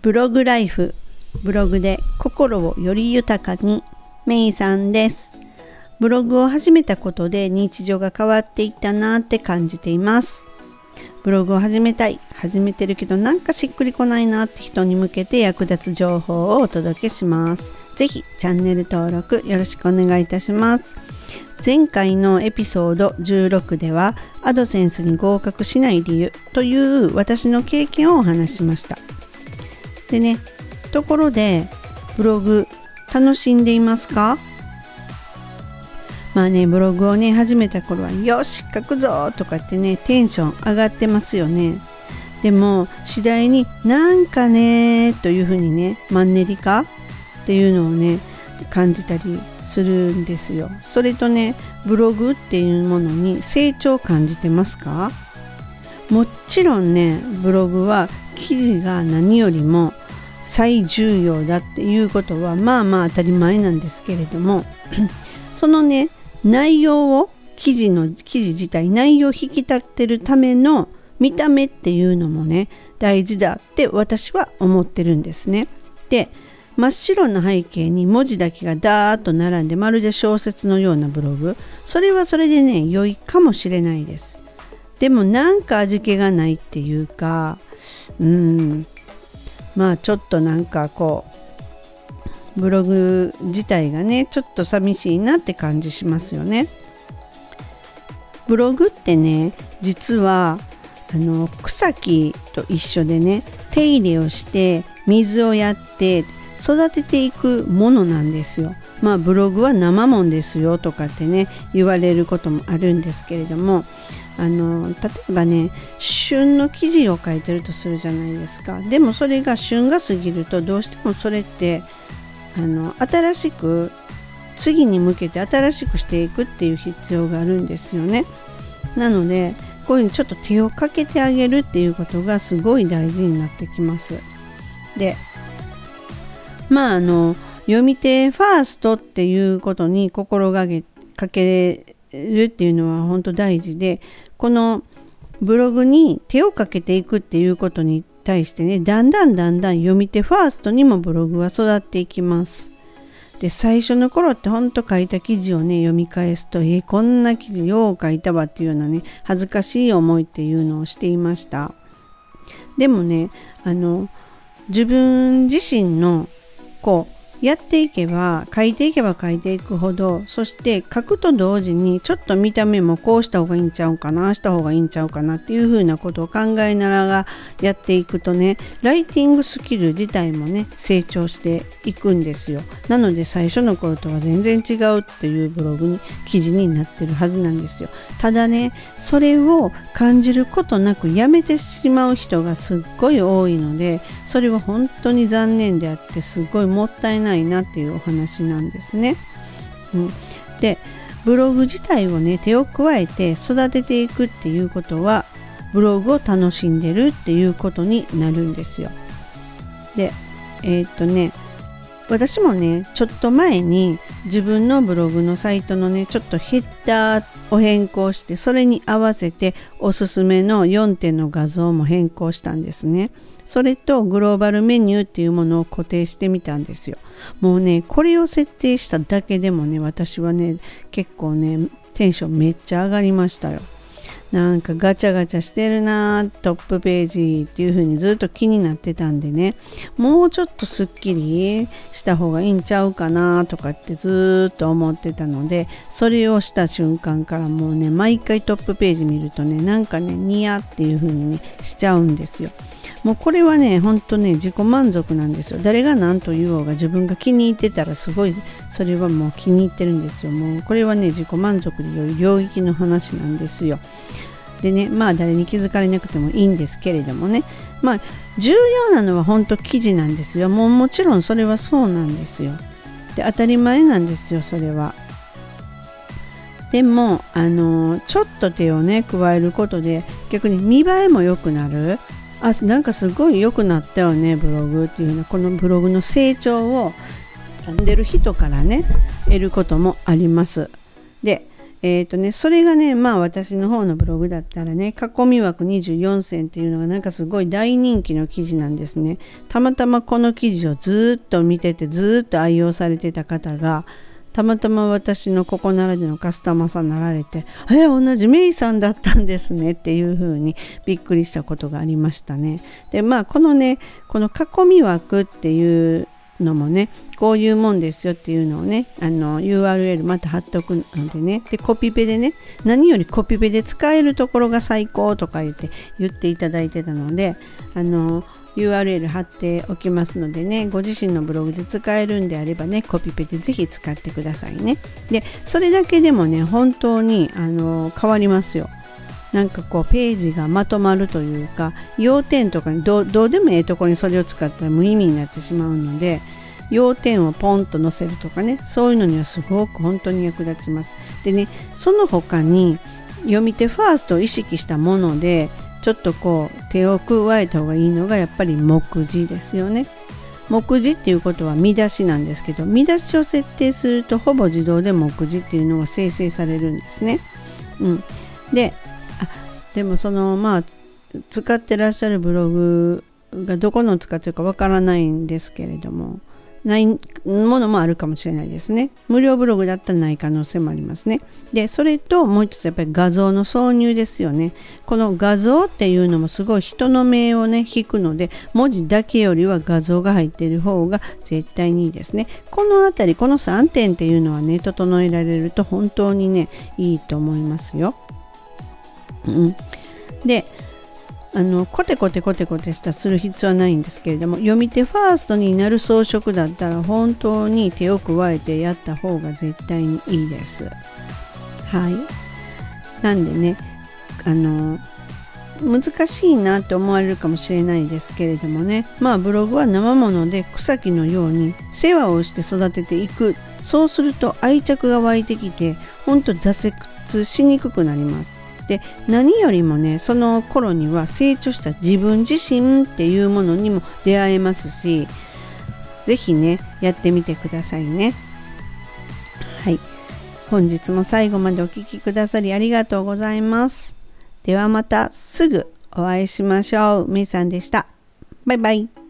ブログライフ、ブログで心をより豊かに、メイさんです。ブログを始めたことで日常が変わっていったなって感じています。ブログを始めてるけどなんかしっくりこないなって人に向けて役立つ情報をお届けします。ぜひチャンネル登録よろしくお願いいたします。前回のエピソード16ではアドセンスに合格しない理由という私の経験をお話ししました。でね、ところでブログ楽しんでいますか？ブログをね始めた頃はよし書くぞとかってねテンション上がってますよね。でも次第になんかねというふうにねマンネリ化っていうのをね感じたりするんですよ。それとねブログっていうものに成長を感じてますか？もちろんねブログは記事が何よりも最重要だっていうことは当たり前なんですけれどもそのね内容を記事自体内容を引き立てるための見た目っていうのもね大事だって私は思ってるんですね。で、真っ白な背景に文字だけがダーッと並んでまるで小説のようなブログ、それはそれでね良いかもしれないです。でもなんか味気がないっていうかちょっとなんかブログ自体がねちょっと寂しいなって感じしますよね。ブログってね実は草木と一緒でね手入れをして水をやって育てていくものなんですよ。ブログは生もんですよとかってね言われることもあるんですけれども、例えばね旬の記事を書いてるとするじゃないですか。でもそれが旬が過ぎるとどうしてもそれって新しく次に向けて新しくしていくっていう必要があるんですよね。なのでこういうふうにちょっと手をかけてあげるっていうことがすごい大事になってきます。で読み手ファーストっていうことに心がけるっていうのは本当大事で、このブログに手をかけていくっていうことに対してねだんだん読み手ファーストにもブログは育っていきます。で最初の頃って本当書いた記事をね読み返すとこんな記事よう書いたわっていうようなね恥ずかしい思いっていうのをしていました。でもね自分自身のやっていけば書いていけば書いていくほど、そして書くと同時にちょっと見た目もこうした方がいいんちゃうかなした方がいいんちゃうかなっていう風なことを考えながらやっていくとねライティングスキル自体もね成長していくんですよ。なので最初の頃とは全然違うっていうブログに記事になってるはずなんですよ。ただねそれを感じることなくやめてしまう人がすっごい多いので、それは本当に残念であってすごいもったいないなっていうお話なんですね。でブログ自体をね手を加えて育てていくっていうことはブログを楽しんでるっていうことになるんですよ。で私もねちょっと前に自分のブログのサイトのねちょっとヘッダーを変更して、それに合わせておすすめの4点の画像も変更したんですね。それとグローバルメニューっていうものを固定してみたんですよ。もうねこれを設定しただけでもね私はね結構ねテンションめっちゃ上がりましたよ。なんかガチャガチャしてるなトップページっていう風にずっと気になってたんでね、もうちょっとすっきりした方がいいんちゃうかなとかってずっと思ってたので、それをした瞬間からもうね毎回トップページ見るとねなんかねニヤっていう風にねしちゃうんですよ。もうこれはね本当ね自己満足なんですよ。誰が何と言おうが自分が気に入ってたらすごいそれはもう気に入ってるんですよ。もうこれはね自己満足で良い領域の話なんですよ。でね誰に気づかれなくてもいいんですけれどもね重要なのは本当記事なんですよ。もちろんそれはそうなんですよ。で当たり前なんですよそれは。でもちょっと手をね加えることで逆に見栄えも良くなる。なんかすごい良くなったよねブログっていうのは、このブログの成長を読んでる人からね得ることもあります。でそれがね、私の方のブログだったらね、囲み枠24選っていうのがなんかすごい大人気の記事なんですね。たまたまこの記事をずっと見てて、ずっと愛用されてた方が、たまたま私のここならでのカスタマーさんになられて、同じメイさんだったんですねっていう風にびっくりしたことがありましたね。で、このね、この囲み枠っていうのもね、こういうもんですよっていうのをね、URL また貼っとくのでね、でコピペでね、何よりコピペで使えるところが最高とか言っていただいてたので、URL 貼っておきますのでね、ご自身のブログで使えるんであればね、コピペでぜひ使ってくださいね。で、それだけでもね、本当に変わりますよ。なんかこうページがまとまるというか、要点とかにどうでもええところにそれを使ったら無意味になってしまうので、要点をポンと載せるとかね、そういうのにはすごく本当に役立ちます。でね、その他に読み手ファーストを意識したものでちょっとこう手を加えた方がいいのがやっぱり目次ですよね。目次っていうことは見出しなんですけど、見出しを設定するとほぼ自動で目次っていうのが生成されるんですね。でも使ってらっしゃるブログがどこのを使ってるかわからないんですけれども、ないものもあるかもしれないですね。無料ブログだったらない可能性もありますね。で、それともう一つやっぱり画像の挿入ですよね。この画像っていうのもすごい人の目をね引くので、文字だけよりは画像が入っている方が絶対にいいですね。このあたり、この3点っていうのはね整えられると本当にねいいと思いますよ。で、コテコテしたする必要はないんですけれども、読み手ファーストになる装飾だったら本当に手を加えてやった方が絶対にいいです。はい。なんでね、難しいなって思われるかもしれないですけれどもね、ブログは生もので草木のように世話をして育てていく。そうすると愛着が湧いてきて、本当挫折しにくくなります。で、何よりもね、その頃には成長した自分自身っていうものにも出会えますし、ぜひねやってみてくださいね。はい、本日も最後までお聞きくださりありがとうございます。ではまたすぐお会いしましょう。めいさんでした。バイバイ。